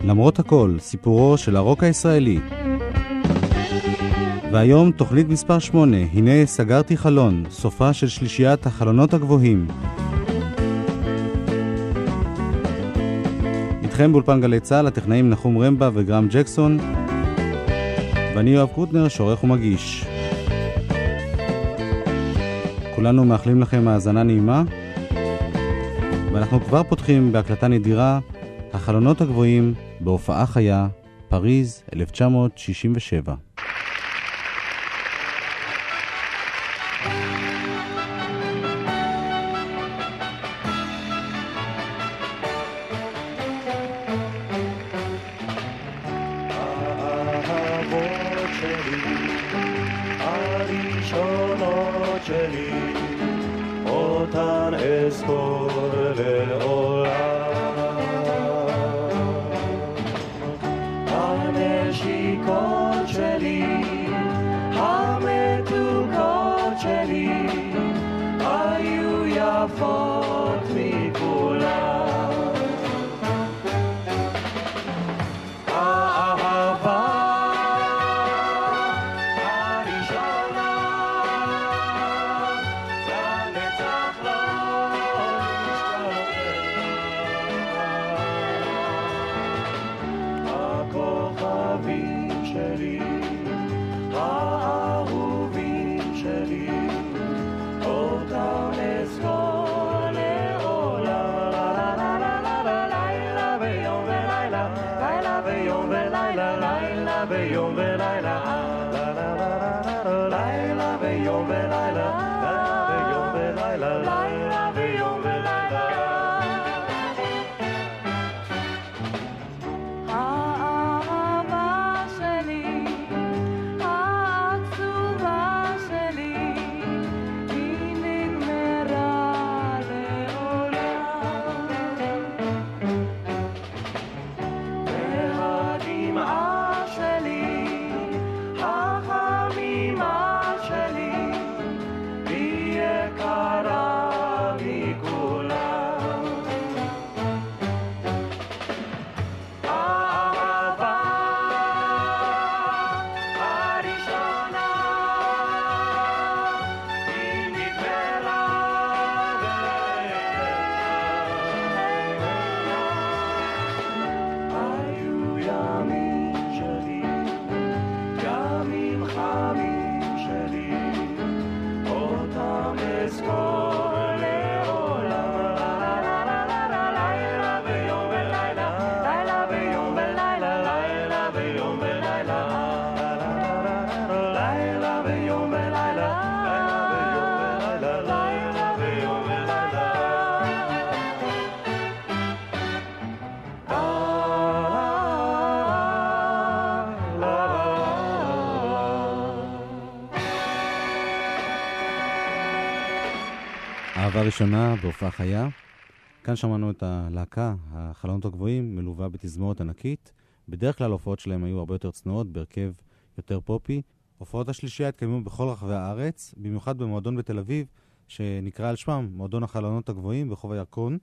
למרות הכל, סיפורו של הרוק הישראלי. והיום תוכנית מספר 8, הנה סגרתי חלון, סופה של שלישיית החלונות הגבוהים. איתכם באולפן גלי צהל, הטכנאים נחום רמבה וגרם ג'קסון, ואני יואב קוטנר, שעורך ומגיש. כולנו מאחלים לכם האזנה נעימה, ואנחנו כבר פותחים בהקלטה נדירה, החלונות הגבוהים בהופעה חיה, פריז 1967. אהבה ראשונה בהופעה חיה. כאן שמענו את הלהקה, החלונות הגבוהים, מלווה בתזמורת ענקית. בדרך כלל הופעות שלהם היו הרבה יותר צנועות, בהרכב יותר פופי. הופעות השלישייה התקיימו בכל רחבי הארץ, במיוחד במועדון בתל אביב, שנקרא על שמם, מועדון החלונות הגבוהים ברחוב הירקון.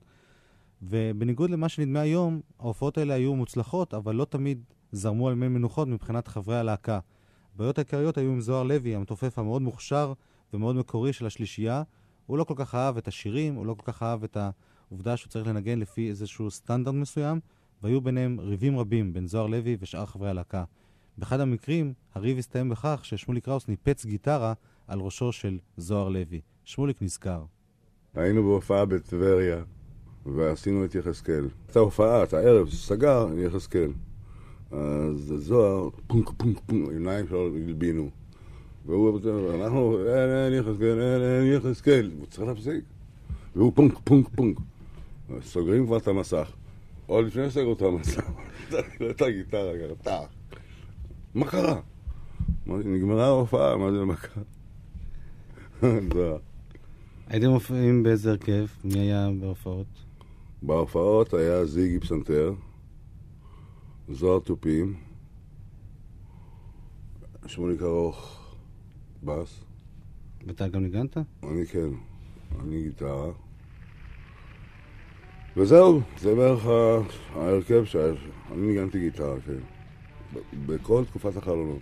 ובניגוד למה שנדמה היום, ההופעות האלה היו מוצלחות, אבל לא תמיד זרמו על מי מנוחות מבחינת חברי הלהקה. בעיות העיקריות היו עם זוהר לוי, המתופף המאוד מוכשר ומאוד מקורי של השלישייה. הוא לא כל כך אהב את השירים, הוא לא כל כך אהב את העובדה שהוא צריך לנגן לפי איזשהו סטנדרט מסוים, והיו ביניהם ריבים רבים בין זוהר לוי ושאר חברי הלהקה. באחד המקרים, הריב הסתיים בכך ששמוליק ראוס ניפץ גיטרה על ראשו של זוהר לוי. שמוליק נזכר. היינו בהופעה בטבריה, ועשינו את יחזקאל. את ההופעה, את הערב, סגר יחזקאל. אז זוהר, פונק, פונק, פונק, עיניים שלו גלבינו. והוא, אנחנו, אין יחזקאל, אין יחזקאל. הוא צריך להפסיק. והוא פונק, פונק, פונק. סוגרים כבר את המסך. עוד לפני שסגרו את המסך. את הגיטרה, ככה. מה קרה? נגמרה ההופעה, מה זה, מה קרה? זוהר. הייתם מופיעים באיזה הרכב? מי היה בהופעות? בהופעות היה זיגי פסנתר, זוהר טופים, שמוליק ארוך בס. ואתה גם ניגנת? אני כן, אני גיטרה. וזהו, זה בערך ההרכב שאני ניגנתי גיטרה, כן. בכל תקופת החלונות.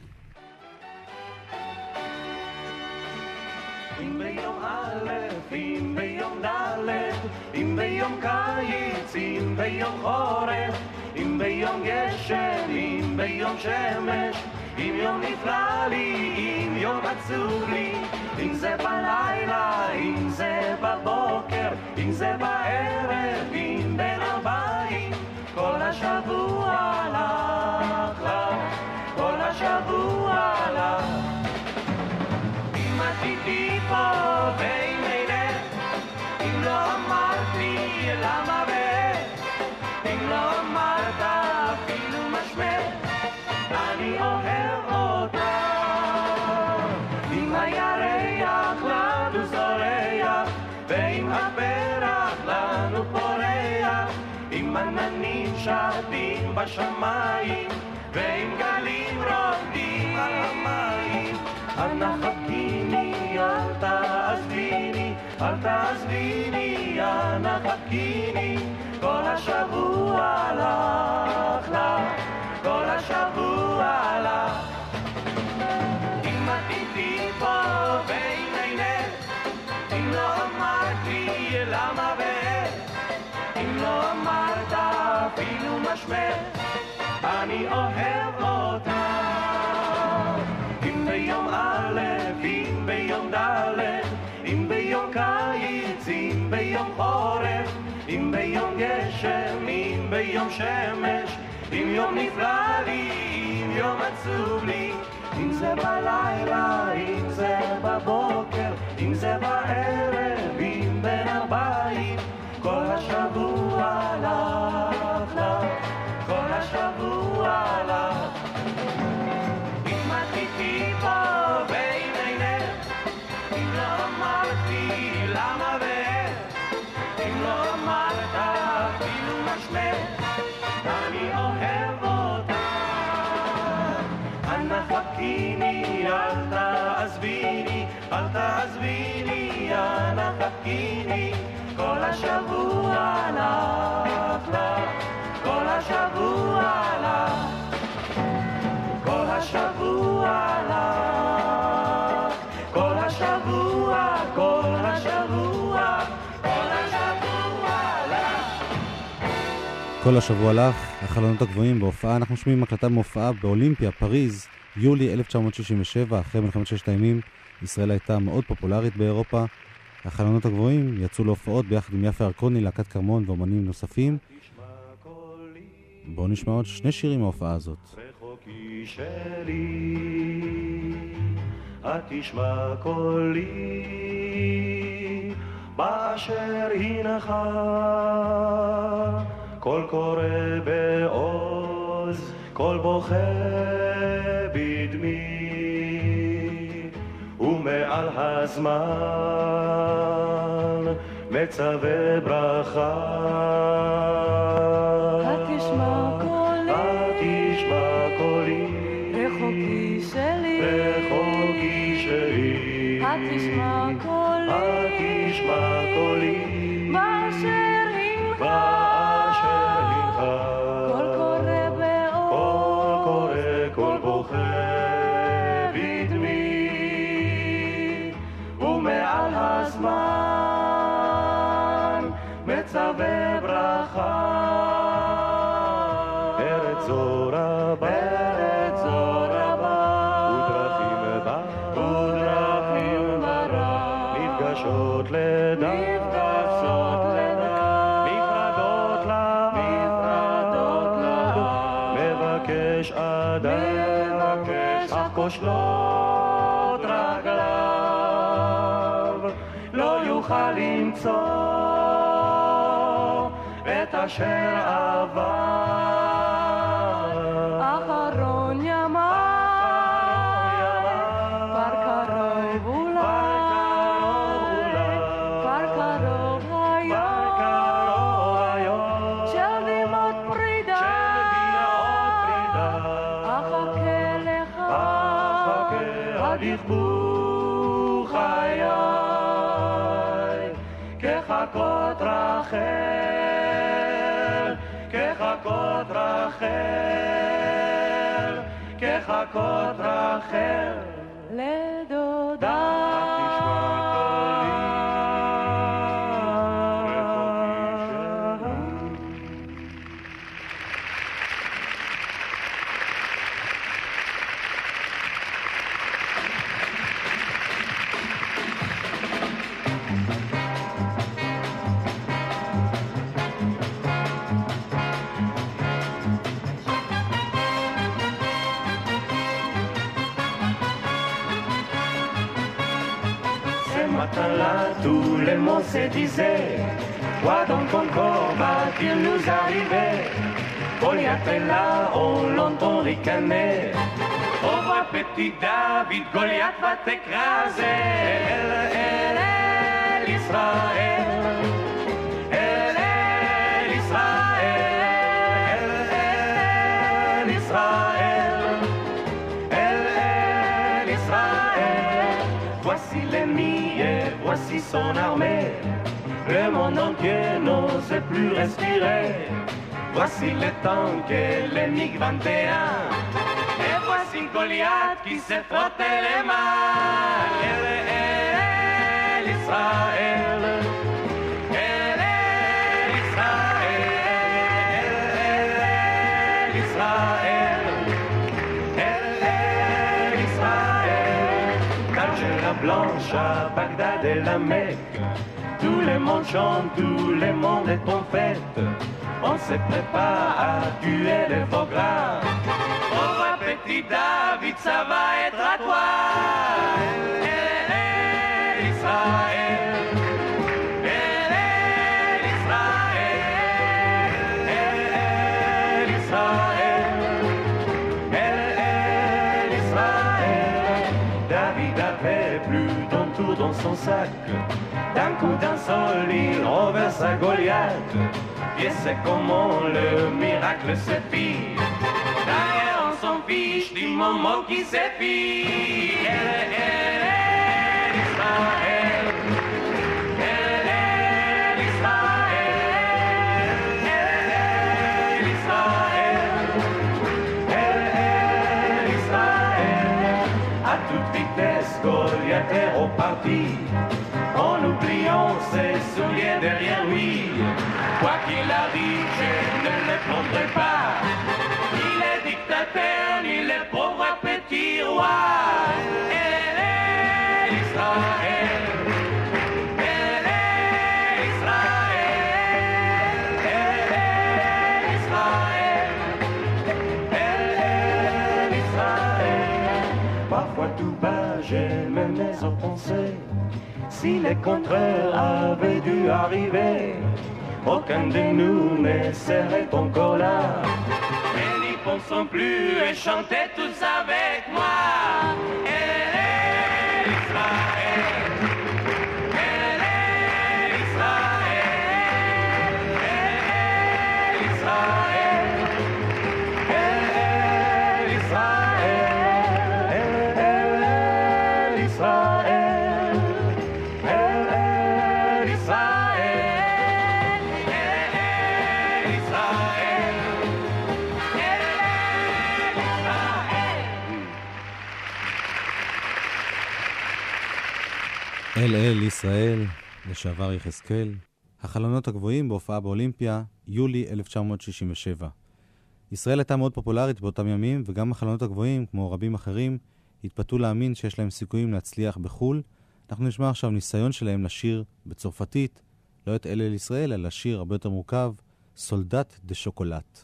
אם ביום א', אם ביום ד', אם ביום קיץ, אם ביום חורף, אם ביום גשם, אם ביום שמש, אם יום נפלא לי, אם יום עצוב לי, אם זה בלילה, אם זה בבוקר, אם זה בערב, אם בין ארבעים, כל השבוע לך, כל השבוע לך. אם את איתי פה ואם אינך, אם לא אמרתי למה אם לא אמרת אפילו משמח, אני אוהב אותך. אם הירח לנו זורח, ואם הפרח לנו פורח, אם עננים שטים בשמיים, ואם גלים רוקדים על המים, אנא חכיני, אל תעזביני, אל תעזביני, אנא חכיני, כל השבוע לך, כל השבוע לך. אם את איתי פה ואם אינך, אם לא אמרתי למה אם לא אמרת אפילו משמח, אני אוהב אותך. אם ביום א', אם ביום ד', אם ביום קיץ, אם ביום חורף, אם ביום גשם, אם ביום שמש, אם יום נפלא לי, אם יום עצוב לי, אם זה בלילה, אם זה בבוקר, אם זה בערב, אם בין ארבעים, כל השבוע לך, כל השבוע לך. אם את איתי פה ואם אינך, אם לא אמרתי למה אם לא אמרת אפילו משמח, אני אוהב אותך. אנא חכיני, אל תעזביני, אל תעזביני, אנא חכיני, כל השבוע לך, כל השבוע לך, כל השבוע לך, כל השבוע, כל השבוע, כל השבוע לך. כל השבוע לך, החלונות הגבוהים בהופעה. אנחנו שומעים הקלטה מהופעה באולימפיה, פריז, יולי 1967, אחרי מלחמת ששת הימים. ישראל הייתה מאוד פופולרית באירופה. החלונות הגבוהים יצאו להופעות ביחד עם יפה ירקוני, להקת קרמון ואומנים נוספים. בואו נשמע עוד שני שירים מההופעה הזאת. רחוקי שלי, את תשמע קולי, באשר הנך, קול קורא בעוז, קול בוכה בדמי, ומעל הזמן מצווה ברכה. התשמע קולי, התשמע קולי, רחוקי שלי, רחוקי שלי, התשמע קולי, התשמע קולי, באשר הנך, באשר הנך, קול קורא בעוז, קול קורא, קול בוכה בדמי, ומעל הזמן מצווה ברכה. ארץ זו רבה, ארץ זו רבה, ודרכים בה, ודרכים ברא, נפגשות לידה, נפגשות לידה, נפרדות לה, נפרדות לה, מבקש אדם, מבקש אך כושלות רגליו, לא יוכל למצוא את אשר עבר. אחרון ימיי, כבר קרוב אולי, כבר קרוב היום, של דמעות פרידה, אחכה לך, עד יכבו חיי, כחכות רחל אחר, כחכות רחל, לדודה. Tous les mots se disaient, quoi donc encore va-t-il nous arriver? Goliath est là, on l'entend ricaner. On voit petit David, Goliath va t'écraser. Elle est l'Israël, elle est l'Israël, elle est l'Israël, elle est l'Israël. Voici l'ennemi et voici son armée. Le monde entier n'ose plus respirer. Voici les tanks et les MiG-21. Et voici Goliath qui s'est frotté les mains. Elle est l'Israël, elle est l'Israël, elle est l'Israël, elle est l'Israël. D'Alger Blanche à Bagdad et la Mecque, tout le monde chante, tout le monde est en fête. On se prépare à tuer les faux gras. On voit petit David, ça va être à toi. Elle est l'Israël, elle est l'Israël, elle est l'Israël, elle est l'Israël. David avait plus d'un tour dans son sac. D'un coup d'un seul, il renverse à Goliath. Et c'est comment le miracle se fit. Derrière on s'en fiche du moment qui se fit. Elle est l'Israël, elle est l'Israël, elle est l'Israël, elle est l'Israël. À toute vitesse, Goliath est reparti, en oubliant ses souliers derrière lui. Quoi qu'il arrive, je ne le prendrai pas, ni les dictateurs, ni les pauvres petits rois. Elle est l'Israël, elle est l'Israël, elle est l'Israël, elle est l'Israël. Parfois tout bas, j'ai même mes pensées. Si les contraires avaient dû arriver, aucun de nous ne serait encore là. Mais n'y pensons plus et chantez tous avec moi. Elle est l'Israël, elle est l'Israël, elle est l'Israël, elle est l'Israël, elle est l'Israël, elle est l'Israël. אל אל ישראל, לשעבר יחזקאל. החלונות הגבוהים בהופעה באולימפיה, יולי 1967. ישראל הייתה מאוד פופולרית באותם ימים, וגם החלונות הגבוהים, כמו רבים אחרים, התפתו להאמין שיש להם סיכויים להצליח בחול. אנחנו נשמע עכשיו ניסיון שלהם לשיר בצרפתית, לא את אל אל ישראל, אלא לשיר הרבה יותר מורכב, סולדט דה שוקולט.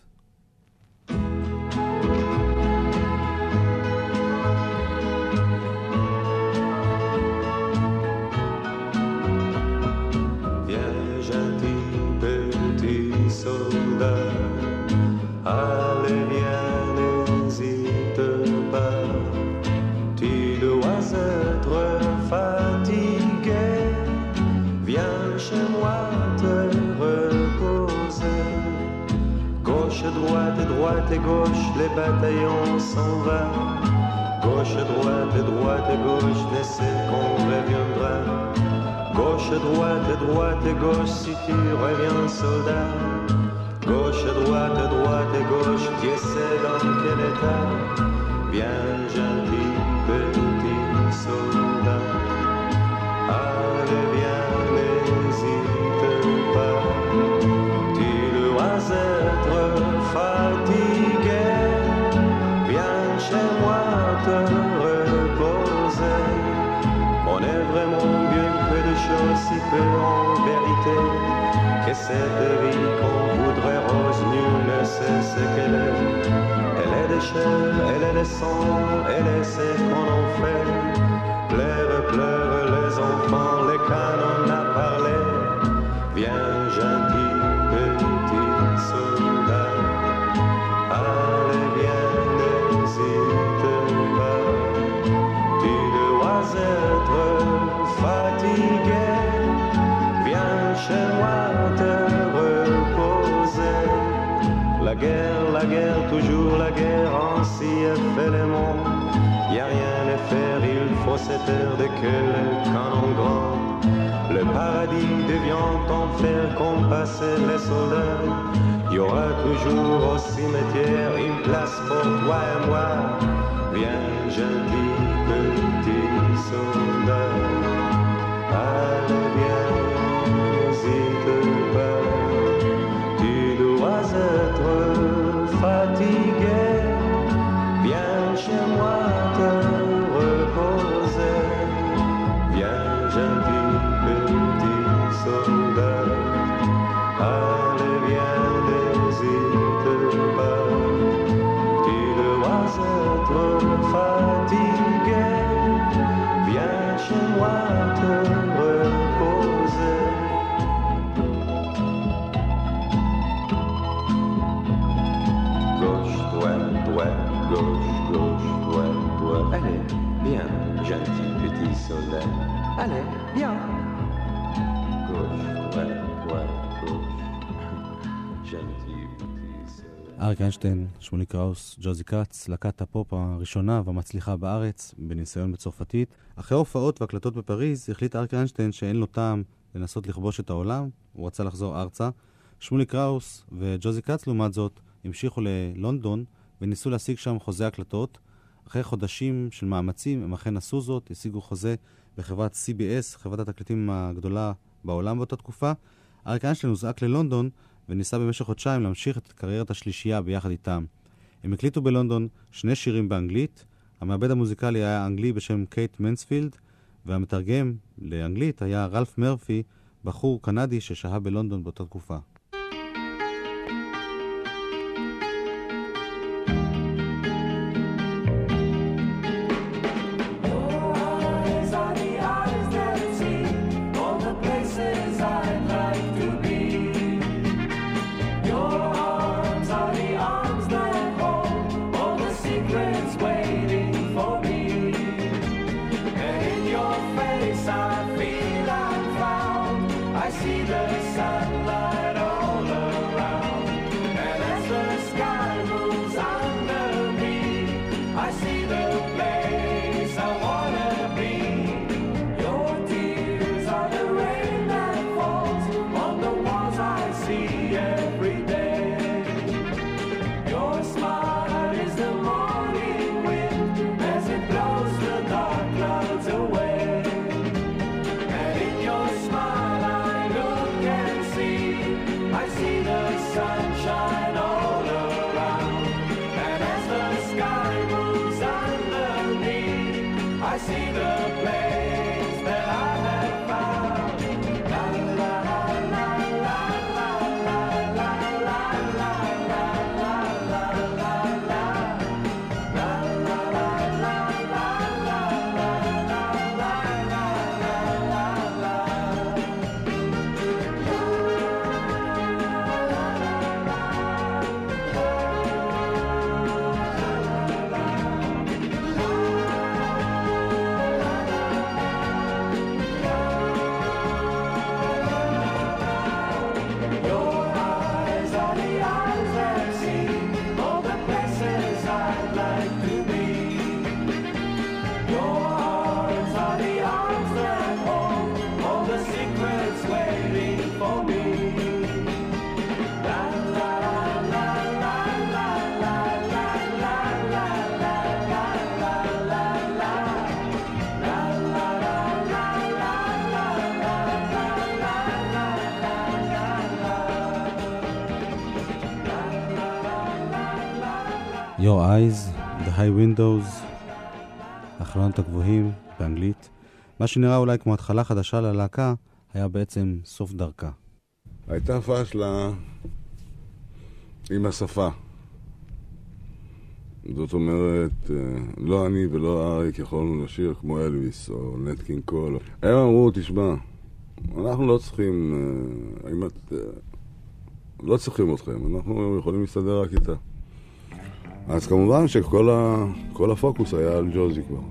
Allez, viens, n'hésite pas. Tu dois être fatigué. Viens chez moi te reposer. Gauche, droite et gauche, les bataillons s'en vont. Gauche, droite et gauche, laissez qu'on reviendra. Gauche, droite et gauche, si tu reviens soldat. Gauche, droite, droite et gauche, Dieu sait dans quel état. Viens, gentil petit soldat. Allez, viens, n'hésite pas. Tu dois être fatigué. Viens chez moi te reposer. On est vraiment bien peu de choses si peu en vérité. Que cette vie qu'on voudrait rose, nul ne sait ce qu'elle est. Elle est de chair, elle est de sang, elle est ce qu'on en fait. Pleure, pleure les enfants, les canons à parler. Viens, gentil petit soldat. Allez, viens, n'hésite pas. Tu dois être fatigué. Viens chez moi te reposer. La guerre, toujours la guerre, ainsi est fait le monde. Y a rien à faire, il faut se taire de que le canon grand. Le paradis devient enfer quand passent les soldats. Y aura toujours au cimetière une place pour toi et moi. Viens, gentil petit soldat. Allez, viens, n'hésite pas. Tu dois être fatigué. Viens chez moi te reposer. Viens, gentil petit soldat. Allez, viens, n'hésite pas. Tu dois être fatigué. Viens chez moi te reposer. Gauche, droite, droite, gauche, gauche, droite, droite. Allez, viens, gentil petit soldat. Allez, viens. Gauche, droite, droite, gauche. gentil petit soldat. אריק איינשטיין, שמולי קראוס, ג'וזי קאץ, להקת הפופ הראשונה והמצליחה בארץ, בניסיון בצרפתית. אחרי ההופעות והקלטות בפריז, החליט אריק איינשטיין שאין לו טעם לנסות לכבוש את העולם, הוא רצה לחזור ארצה. שמולי קראוס וג'וזי קאץ, לעומת זאת, המשיכו ללונדון וניסו להשיג שם חוזה הקלטות. אחרי חודשים של מאמצים, הם אכן עשו זאת, השיגו חוזה בחברת CBS, חברת התקליטים הגדולה בעולם באותה תקופה. אריק איינשטיין הוזעק ללונדון וניסה במשך חודשיים להמשיך את קריירת השלישייה ביחד איתם. הם הקליטו בלונדון 2 שירים באנגלית, המעבד המוזיקלי היה אנגלי בשם קייט מנספילד, והמתרגם לאנגלית היה רלף מרפי, בחור קנדי ששהה בלונדון באותה תקופה. Your Eyes, The High Windows, החלונות הגבוהים באנגלית. מה שנראה אולי כמו התחלה חדשה ללהקה, היה בעצם סוף דרכה. הייתה פשלה עם השפה. זאת אומרת, לא אני ולא אריק יכולנו לשיר כמו אלוויס או נט קינג קול. הם אמרו, תשמע, אנחנו לא צריכים, לא צריכים אתכם, אנחנו יכולים להסתדר רק איתה. אז כמובן שכל הפוקוס היה על ג'וזי כבר.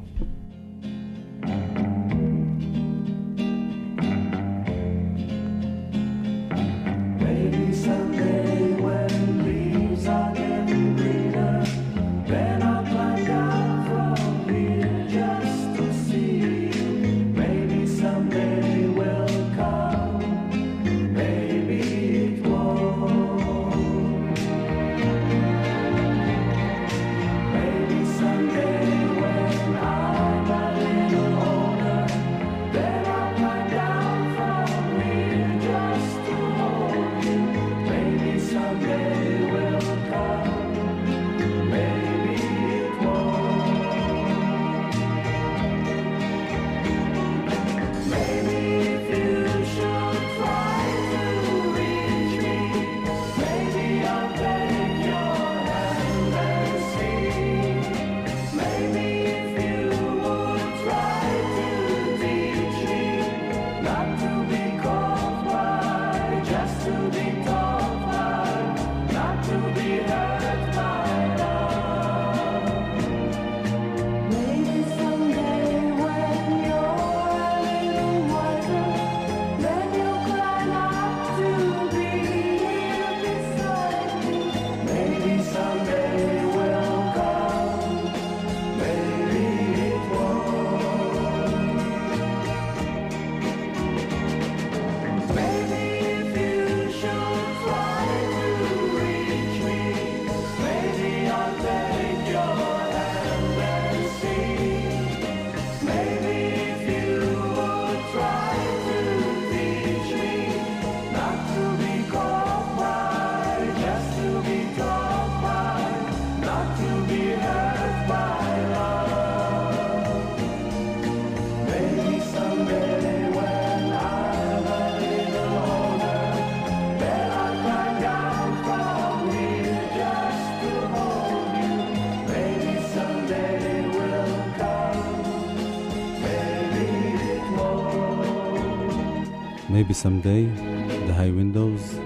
Maybe Someday, The High Windows.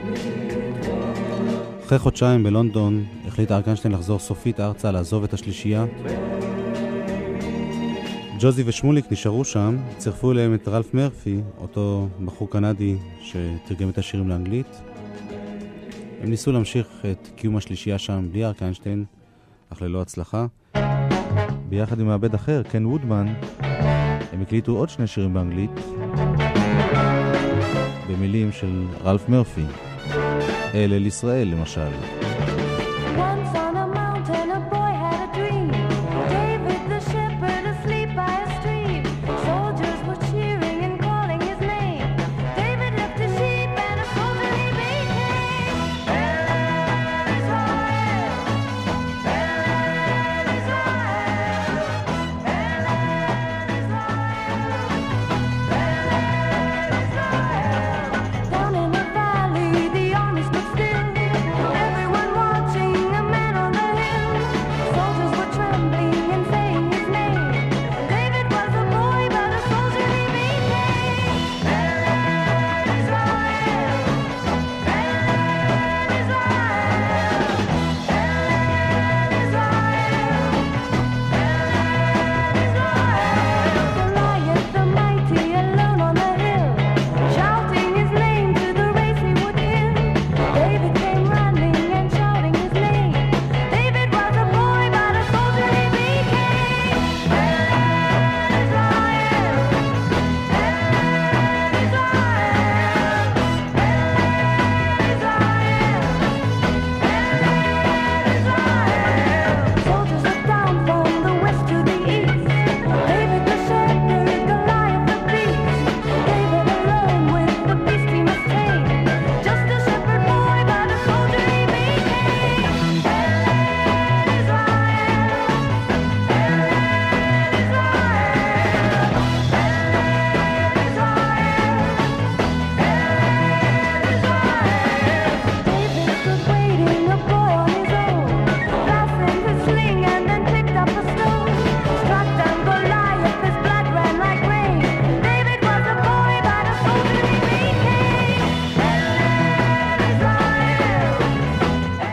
אחרי חודשיים בלונדון החליט אריק איינשטיין לחזור סופית ארצה, לעזוב את השלישייה. ג'וזי ושמוליק נשארו שם, צירפו אליהם את רלף מרפי, אותו בחור קנדי שתרגם את השירים לאנגלית. הם ניסו להמשיך את קיום השלישייה שם בלי אריק איינשטיין, אך ללא הצלחה. ביחד עם מעבד אחר, קן וודמן, הם הקליטו עוד 2 שירים באנגלית, במילים של רלף מרפי, אל ישראל למשל. Once on a mountain a boy had a dream. David the shepherd asleep by a stream. Soldiers were cheering and calling his name. David left his sheep and a soldier he became. El Israel, El Israel, El Israel. Down in the valley the army stood still. Everyone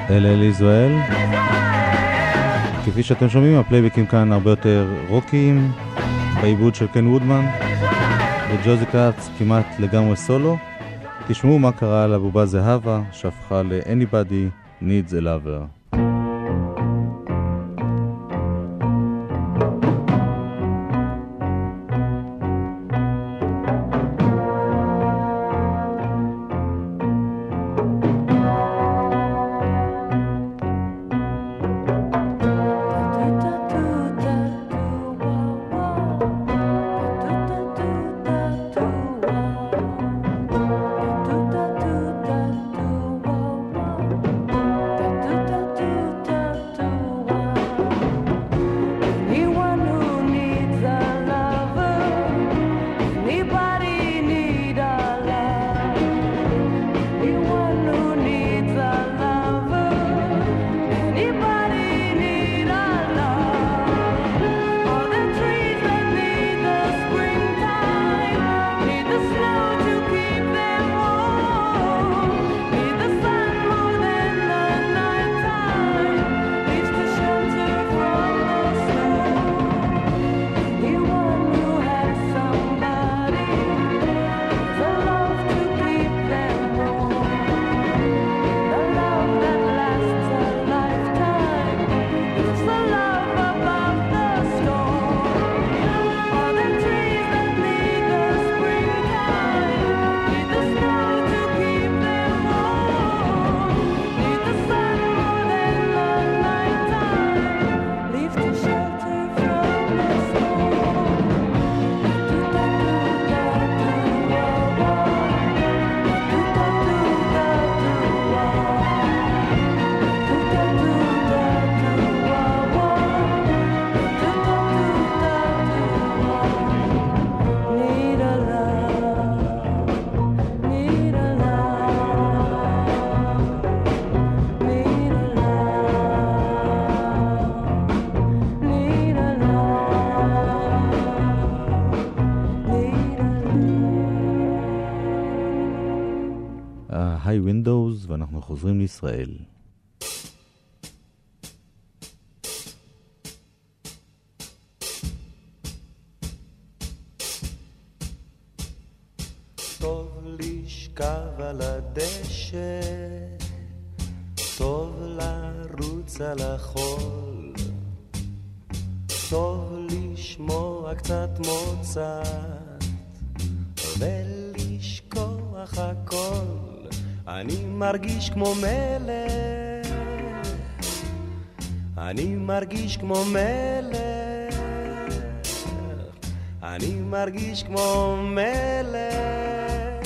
אל ישראל. כפי שאתם שומעים, הפלייבקים כאן הרבה יותר רוקיים, בעיבוד של קן וודמן, וג'וזי קאץ כמעט לגמרי סולו. תשמעו מה קרה לבובה זהבה שהפכה ל-Anybody Needs a Lover. היי ווינדוס, ואנחנו חוזרים לישראל. טוב לשכב על הדשא, טוב לרוץ על החול, טוב לשמוע קצת מוצאת ולשכוח הכל. אני מרגיש כמו מלך, אני מרגיש כמו מלך, אני מרגיש כמו מלך.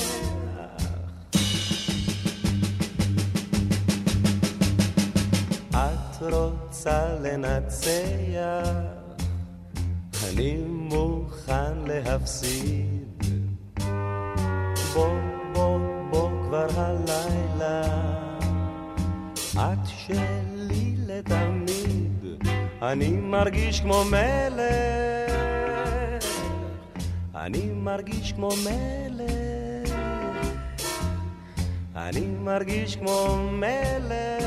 את רוצה לנצח, אני מוכן להפסיד. בוא בוא בוא כבר הלילה, את שלי לתמיד. אני מרגיש כמו מלך, אני מרגיש כמו מלך, אני מרגיש כמו מלך.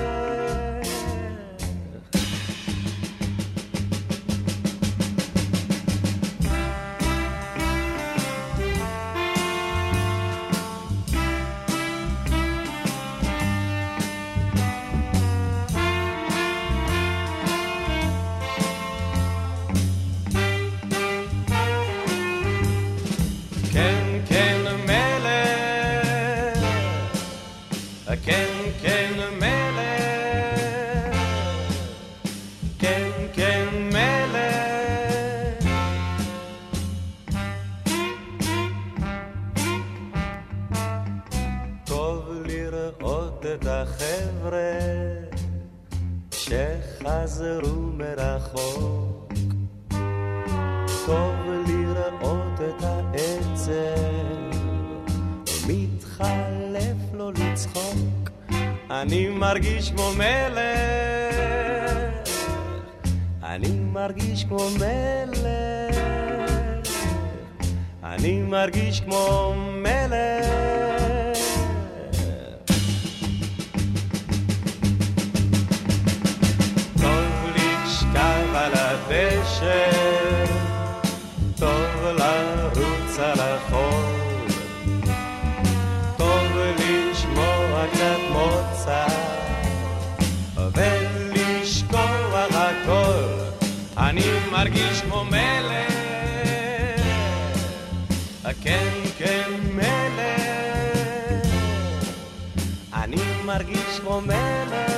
שחזרו מרחוק, טוב לראות את העצב מתחלף לו לצחוק. אני מרגיש כמו מלך, אני מרגיש כמו מלך, אני מרגיש כמו מלך. לרוץ על החול, טוב לשמוע קצת מוצרט ולשכוח הכל. אני מרגיש כמו מלך, כן כן מלך, אני מרגיש כמו מלך,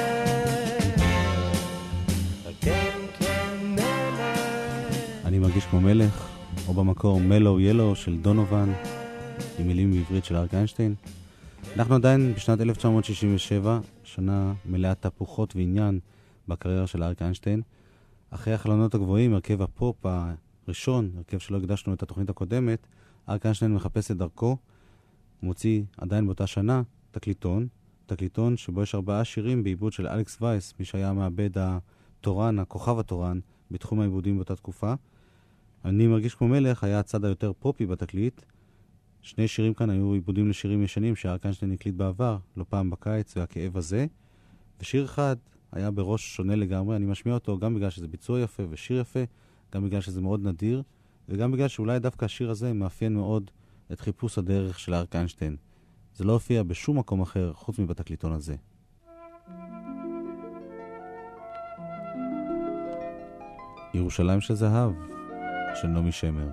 כן כן מלך. אני מרגיש כמו מלך, או במקור מלו ילו של דונובן, עם מילים בעברית של אריק איינשטיין. אנחנו עדיין בשנת 1967, שנה מלאת תפוחות ועניין בקריירה של אריק איינשטיין. אחרי החלונות הגבוהים, הרכב הפופ הראשון, הרכב שלא הקדשנו את התוכנית הקודמת, אריק איינשטיין מחפש את דרכו, מוציא עדיין באותה שנה תקליטון שבו יש 4 שירים בעיבוד של אלכס וייס, מי שהיה מעבד התורן, הכוכב התורן, בתחום העיבודים באותה תקופה. אני מרגיש כמו מלך היה הצד היותר פופי בתקליט. 2 שירים כאן היו עיבודים לשירים ישנים שאריק איינשטיין הקליט בעבר, לא פעם בקיץ והכאב הזה. ושיר אחד היה בראש שונה לגמרי, אני משמיע אותו גם בגלל שזה ביצוע יפה ושיר יפה, גם בגלל שזה מאוד נדיר, וגם בגלל שאולי דווקא השיר הזה מאפיין מאוד את חיפוש הדרך של אריק איינשטיין. זה לא הופיע בשום מקום אחר חוץ מבתקליטון הזה. ירושלים של זהב, של נעמי שמר.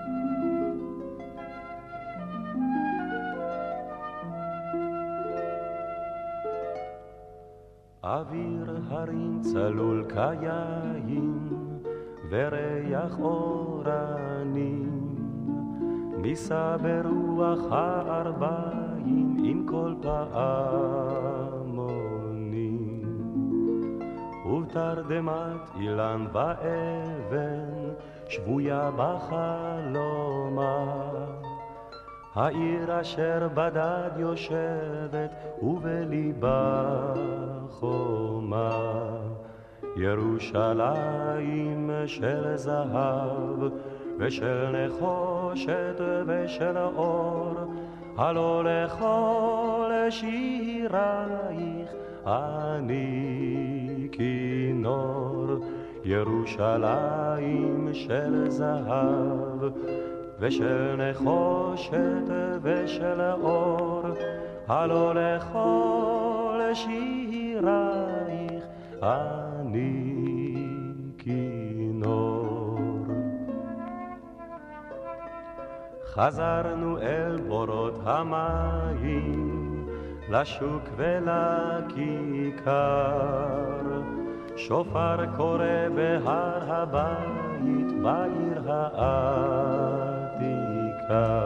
אוויר הרים צלול כיין וריח אורנים, ניסה ברוח הערביים עם כל פעמונים, ובתרדמת אילן ואבן שבויה בחלומה, העיר אשר בדד יושבת ובליבה חומה. ירושלים של זהב ושל נחושת ושל אור, הלא לכל שירייך אני כינור. ירושלים של זהב ושל נחושת ושל אור, הלא לכל שירייך אני כינור. חזרנו אל בורות המים, לשוק ולכיכר, שופר קורא בהר הבית בעיר העתיקה,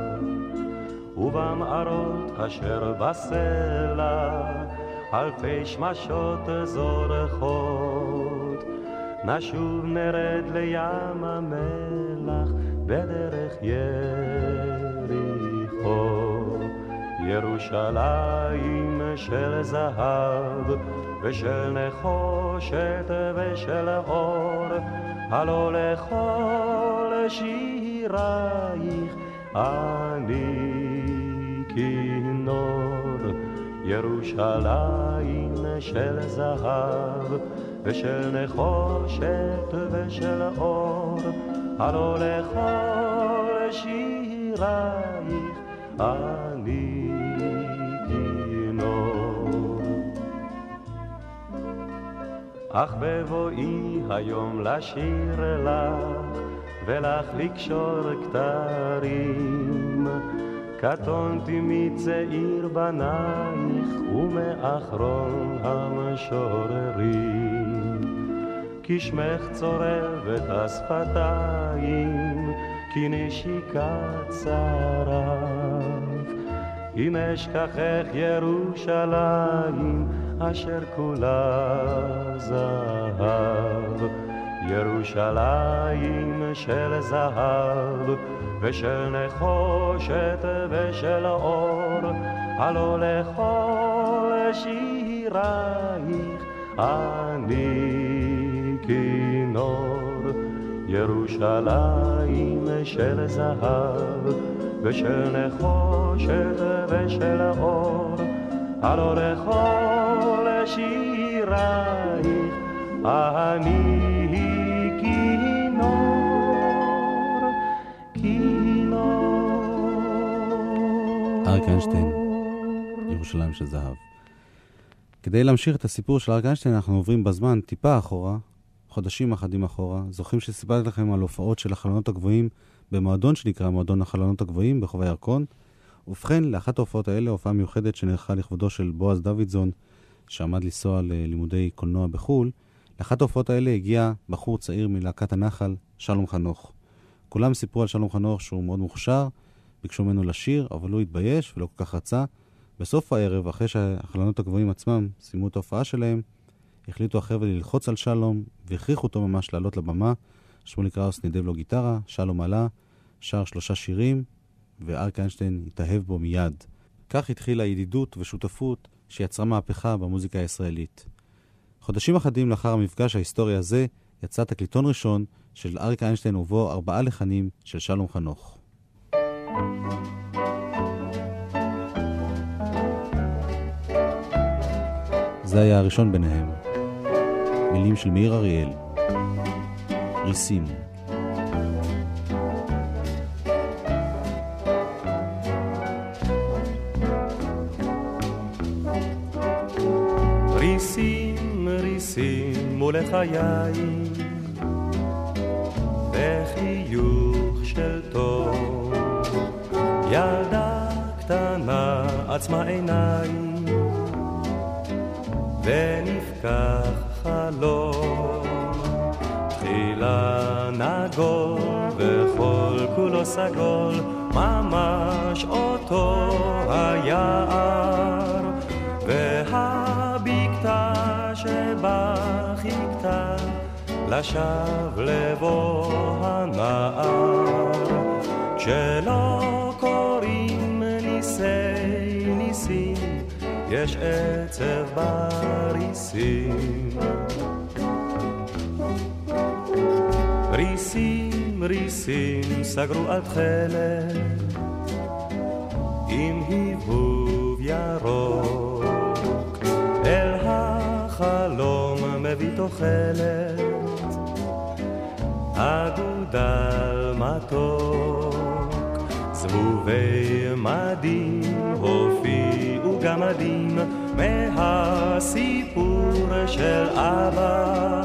ובמערות אשר בסלע אלפי שמשות זורחות, נשוב נרד לים המלח בדרך יריחו. ירושלים של זהב ושל נחושת ושל אור, הלא לכל שירייך אני כינור. ירושלים של זהב ושל נחושת ושל אור, הלא לכל שירייך אני כינור. אך בבואי היום לשיר לך ולך לקשור כתרים, קטונתי מצעיר בנייך ומאחרון המשוררים, כי שמך צורבת השפתיים, כי נשיקת שרף. אם אשכחך ירושלים אשר כולה זהב. ירושלים של זהב ושל נחושת ושל אור, הלא לכל שירייך אני כינור. ירושלים של זהב ושל נחושת ושל אור, הלא לכל שירייך אני כינור, כינור. אריק איינשטיין, ירושלים של זהב. כדי להמשיך את הסיפור של אריק איינשטיין, אנחנו עוברים בזמן טיפה אחורה, חודשים אחדים אחורה. זוכרים שסיפרתי לכם על הופעות של החלונות הגבוהים במועדון שנקרא מועדון החלונות הגבוהים בחובי ירקון. ובכן, לאחת ההופעות האלה, הופעה מיוחדת שנערכה לכבודו של בועז דוידזון, שעמד לנסוע ללימודי קולנוע בחול. לאחת ההופעות האלה הגיע בחור צעיר מלהקת הנחל, שלום חנוך. כולם סיפרו על שלום חנוך שהוא מאוד מוכשר, ביקשו ממנו לשיר, אבל הוא התבייש ולא כל כך רצה. בסוף הערב, אחרי שהחלונות הגבוהים עצמם סיימו את ההופעה שלהם, החליטו החבר'ה ללחוץ על שלום, והכריחו אותו ממש לעלות לבמה. שמוליק קראוס נידב לו גיטרה, שלום עלה, שר 3 שירים, ואריק איינשטיין התאהב בו מיד. כך התחילה ידידות ושותפות שיצרה מהפכה במוזיקה הישראלית. חודשים אחדים לאחר המפגש ההיסטורי הזה, יצא תקליטון ראשון של אריק איינשטיין ובו 4 לחנים של שלום חנוך. זה היה הראשון ביניהם. מילים של מאיר אריאל. ריסים. ריסים, ריסים מול חיי, בחיוך של טוב, ילדה קטנה עצמה עיניים, ונפקח חלום, תחילה נגול וכל כולו סגול, ממש אותו היער, והבקתה שבה חיכתה לשב לבוא הנער, כשלא קוראים ניסי ניסים, יש עצב בריסים. ריסים, ריסים סגרו על תכלת עם היבוב ירוק, אל החלום מביא תוחלת אגודל מתוק, זבובי מדים הופיעו גמדים מהסיפור של אבא,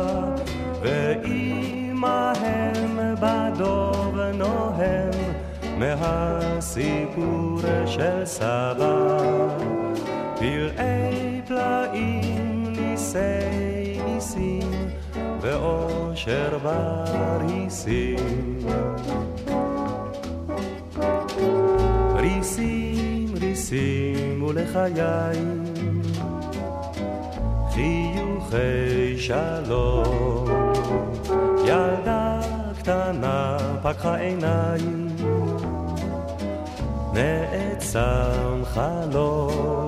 ואימהם בדוב נוהם מהסיפור של סבא. פלאי פלאים ניסי ניסים ואושר בריסים. ריסים, ריסים ולחיי, חיוכי שלום, ילדה קטנה פקחה עיניים, נעצם חלום,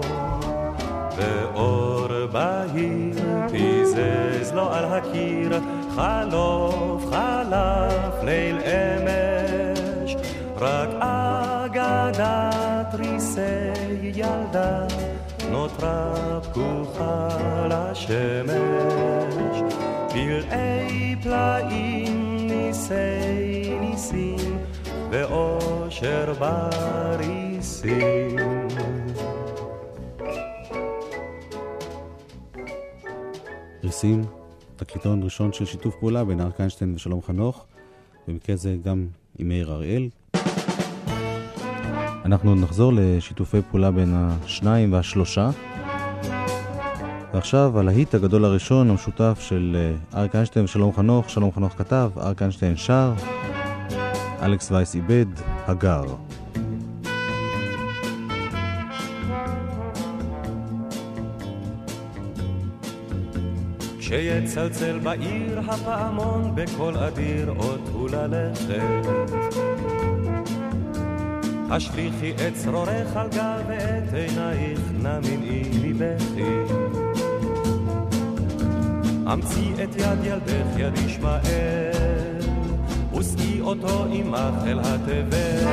ואור בהיר פיזז לו על הקיר, חלוף חלף ליל אמש, רק אגדת ריסי ילדה נותרה פקוחה לשמש. פלאי פלאים ניסי ניסים ואושר בריסים. ריסים, תקליטון ראשון של שיתוף פעולה בין אריק איינשטיין ושלום חנוך, במקרה זה גם עם מאיר אריאל. אנחנו נחזור לשיתופי פעולה בין השניים והשלושה. ועכשיו על ההיט הגדול הראשון המשותף של אריק איינשטיין ושלום חנוך. שלום חנוך כתב, אריק איינשטיין שר, אלכס וייס איבד, הגר. כשיצלצל בעיר הפעמון בכל אדיר עוד הוא ללכת, השליחי את צרורך על גל ואת עינייך נמנעי מבכי, אמצי את יד ילדך יד ישמעאל וסעי אותו עמך אל התבל.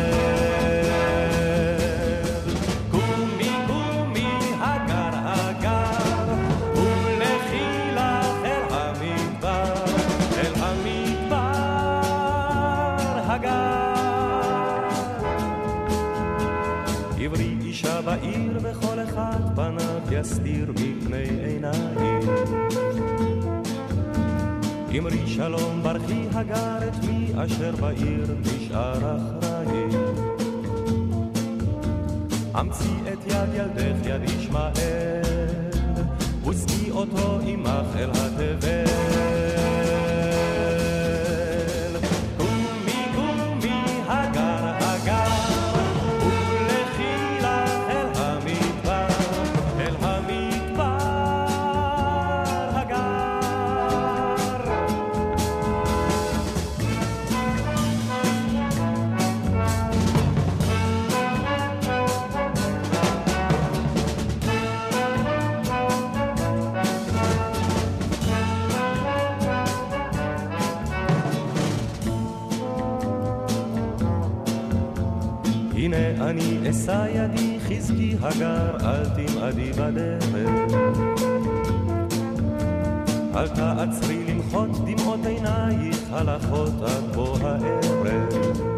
קומי קומי הגר הגר ולכי לך אל המדבר, אל המדבר הגר. עברי אישה בעיר וכל אחד פניו יסתיר מפני עיניים. אמרי שלום ברכי הגר את מי אשר בעיר נשאר אחראי. אמצי את יד ילדך יד ישמעאל וסקי אותו עמך אל התבל. קומי קומי הגר הגר ולכי לך אל המדבר, אל המדבר הגר. הנה אני אשא ידי חזקי הגר, אל תמעדי בדרך, אל תעצרי למחות דמעות עינייך הלכות עד בוא הערב.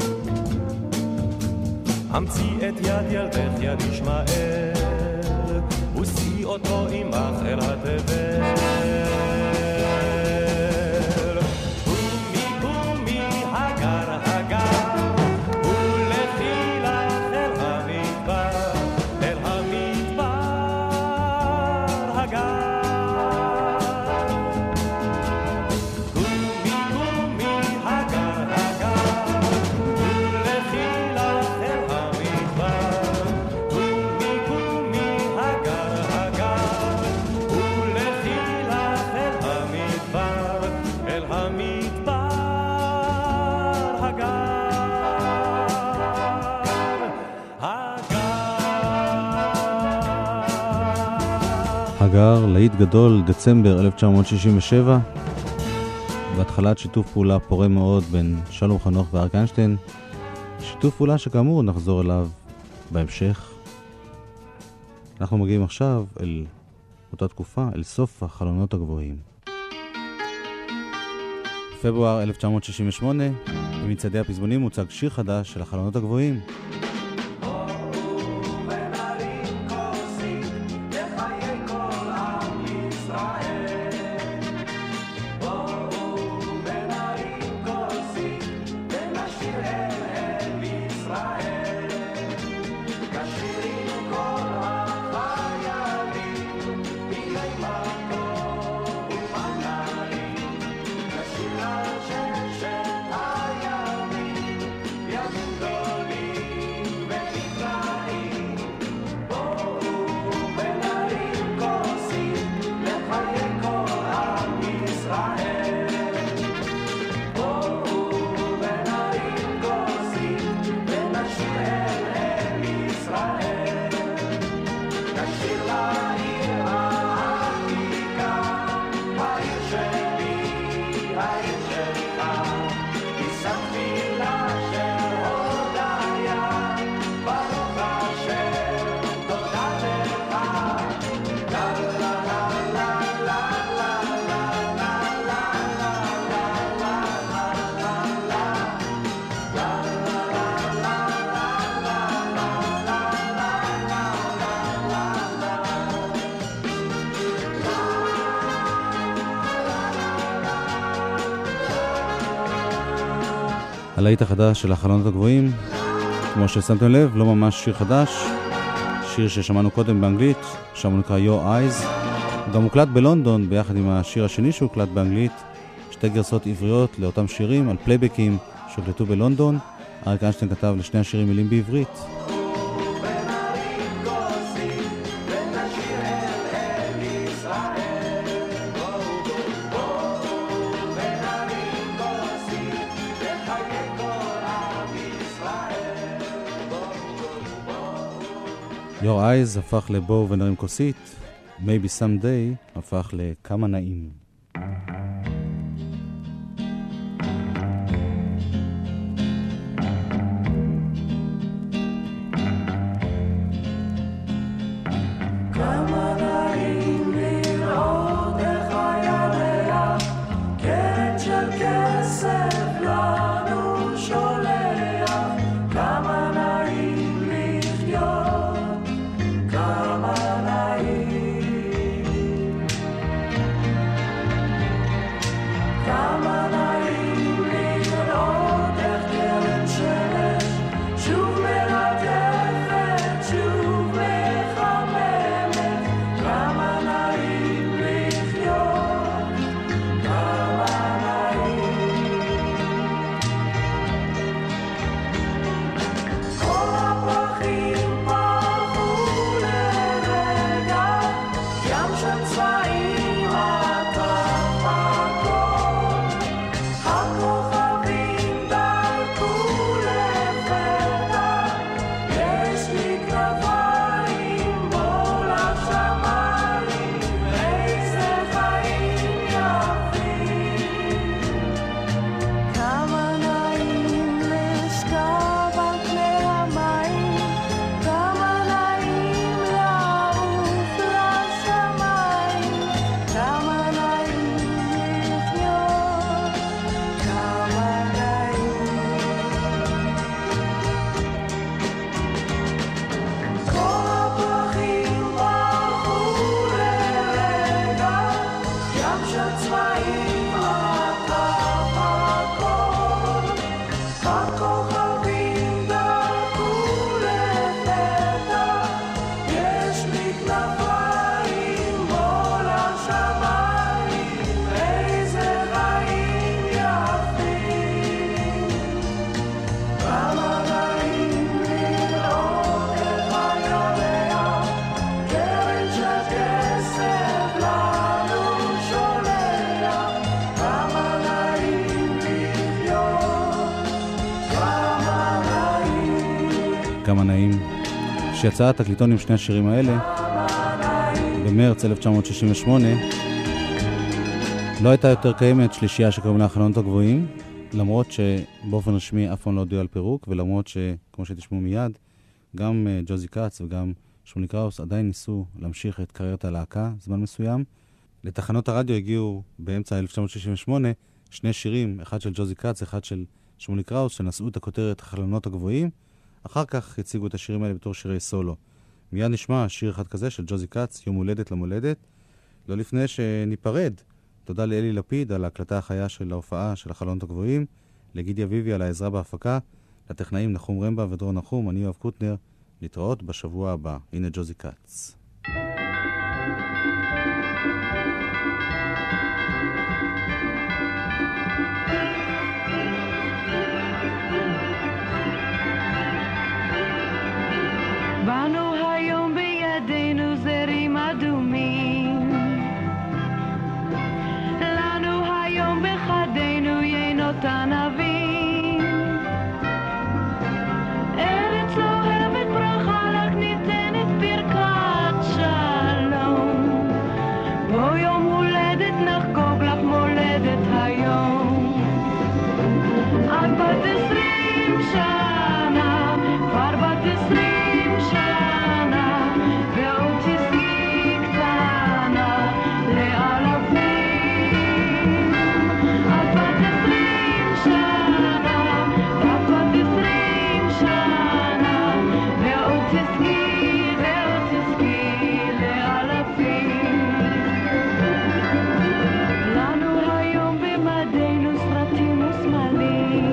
אמצי את יד ילדך יד ישמעאל ושאי אותו עמך אל התבל. הגר, להיט גדול, דצמבר 1967, והתחלת שיתוף פעולה פורה מאוד בין שלום חנוך ואריק איינשטיין, שיתוף פעולה שכאמור נחזור אליו בהמשך. אנחנו מגיעים עכשיו אל אותה תקופה, אל סוף החלונות הגבוהים. בפברואר 1968, במצעדי הפזמונים הוצג שיר חדש של החלונות הגבוהים. הלהיט החדש של החלונות הגבוהים, כמו ששמתם לב, לא ממש שיר חדש, שיר ששמענו קודם באנגלית, שם הוא נקרא Your Eyes, הוא גם הוקלט בלונדון ביחד עם השיר השני שהוקלט באנגלית, שתי גרסות עבריות לאותם שירים על פלייבקים שהוקלטו בלונדון. אריק איינשטיין כתב לשני השירים מילים בעברית. Your Eyes הפך לבוא ונרים כוסית, Maybe Someday הפך לכמה נעים. לנו שולח, כמה נעים לחיות כמה נעים, שיצאה תקליטון עם שני השירים האלה במרץ 1968. לא הייתה יותר קיימת שלישייה שקוראים לה החלונות הגבוהים, למרות שבאופן רשמי אף פעם לא הודיעו על פירוק, ולמרות שכמו שתשמעו מיד, גם ג'וזי קאץ וגם שמולי קראוס עדיין ניסו להמשיך את קריירת הלהקה זמן מסוים. לתחנות הרדיו הגיעו באמצע 1968 שני שירים, אחד של ג'וזי קאץ, אחד של שמולי קראוס, שנשאו את הכותרת החלונות הגבוהים. אחר כך הציגו את השירים האלה בתור שירי סולו. מיד נשמע שיר אחד כזה של ג'וזי קאץ, יום הולדת למולדת. לא לפני שניפרד, תודה לאלי לפיד על ההקלטה החיה של ההופעה של החלונות הגבוהים, לגידי אביבי על העזרה בהפקה, לטכנאים נחום רמבה ודרון נחום, אני יואב קוטנר, להתראות בשבוע הבא. הנה ג'וזי קאץ. באנו היום בידינו זרים אדומים, לנו היום בחדנו יינות ענבים, ארץ אוהבת ברכה לך ניתנת ברכת שלום, בו יום הולדת נחגוג לך מולדת היום, את בת 20 שנה, כבר בת 20 שנה, ועוד תזכי קטנה לאלפים. את בת 20 שנה, את בת 20 שנה, ועוד תזכי לאלפים. לנו היום במדינו סרטים וסמלים,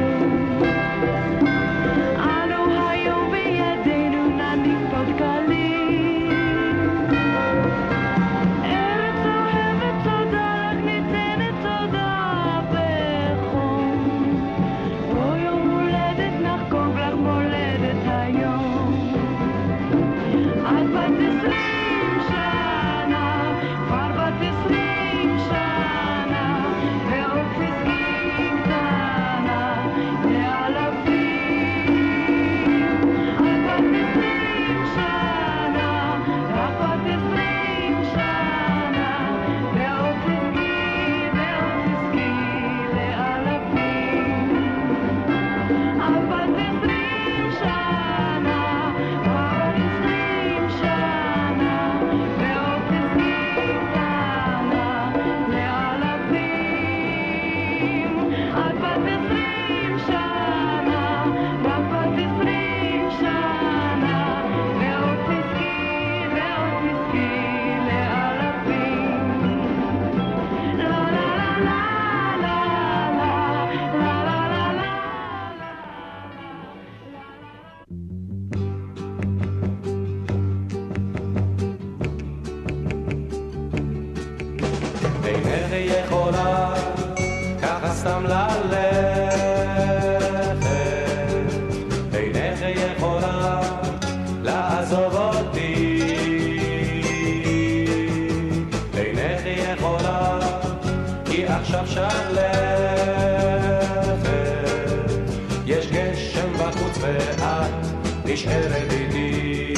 יש גשם בחוץ ואת נשארת איתי,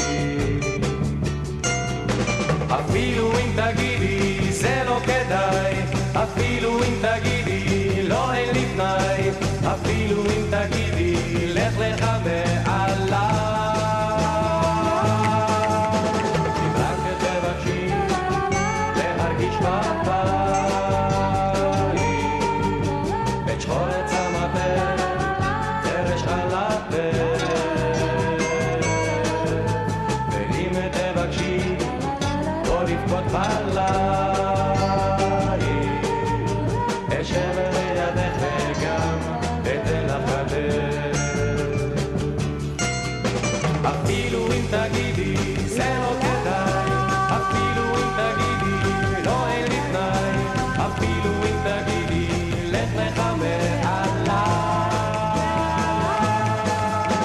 אפילו אם תגידי זה לא כדאי, אפילו אם תגידי לא אין לי תנאי, אפילו אם תגידי לך לך מעליי, אם רק תבקשי להרגיש בבית את שחור צמתך תרש חלתך, ואם תבקשי לא לבכות בליל, אשב לידך וגם אתן לך כתף, אפילו אם תגידי זה לא כדאי, אפילו אם תגידי לא אין לי תנאי, אפילו אם תגידי לך לך מעליי,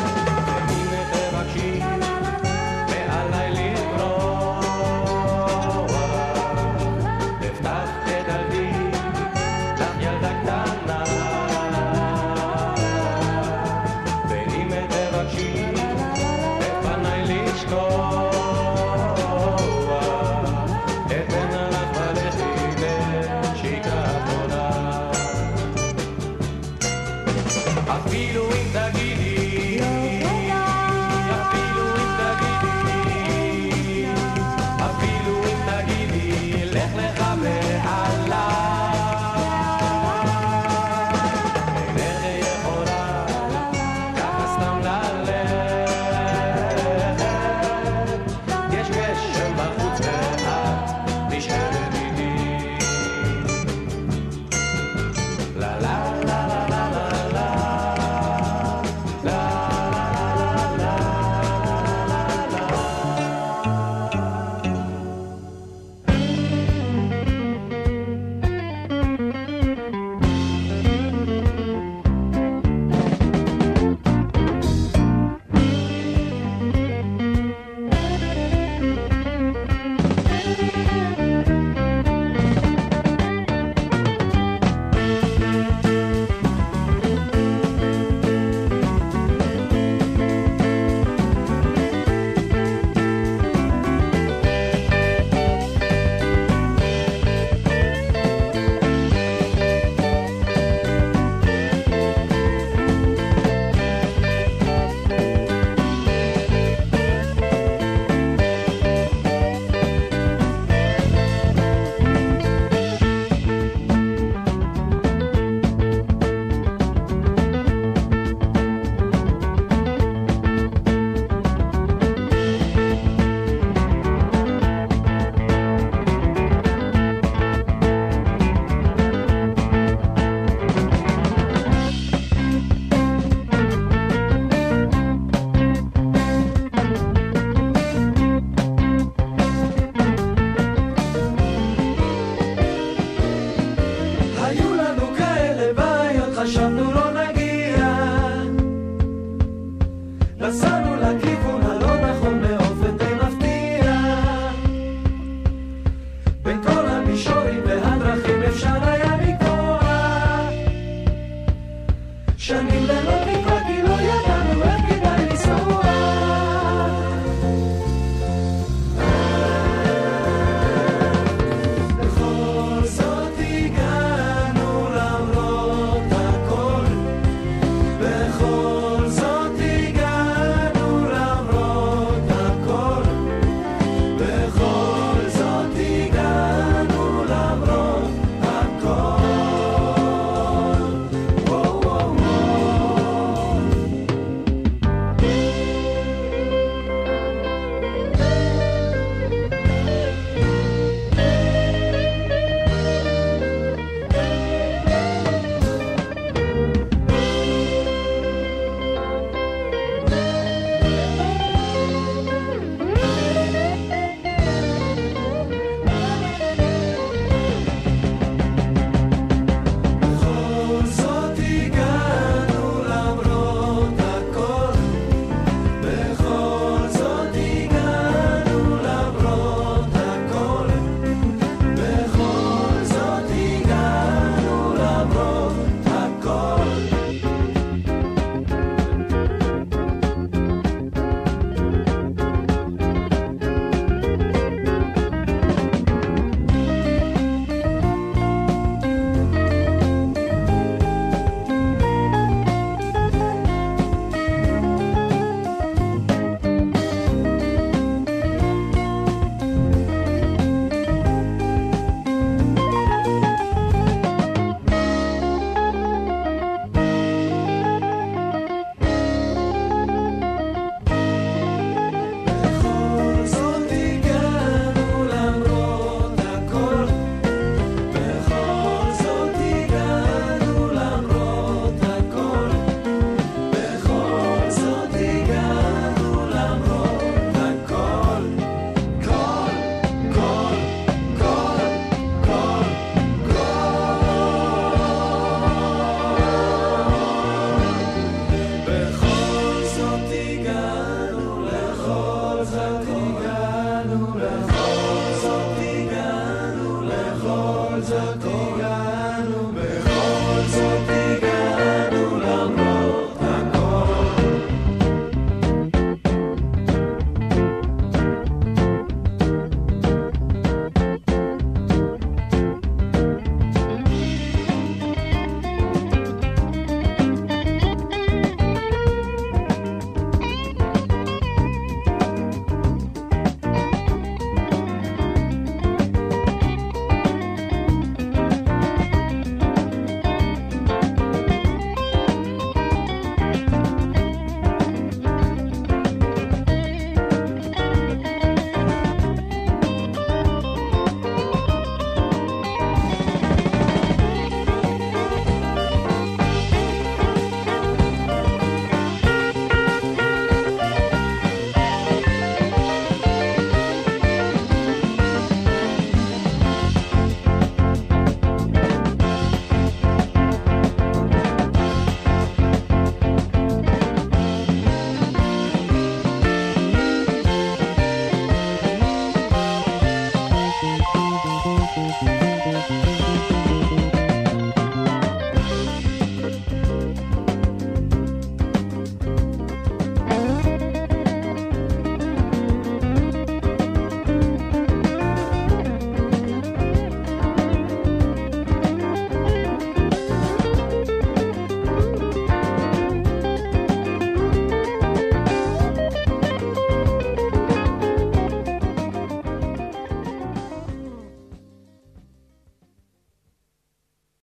The sun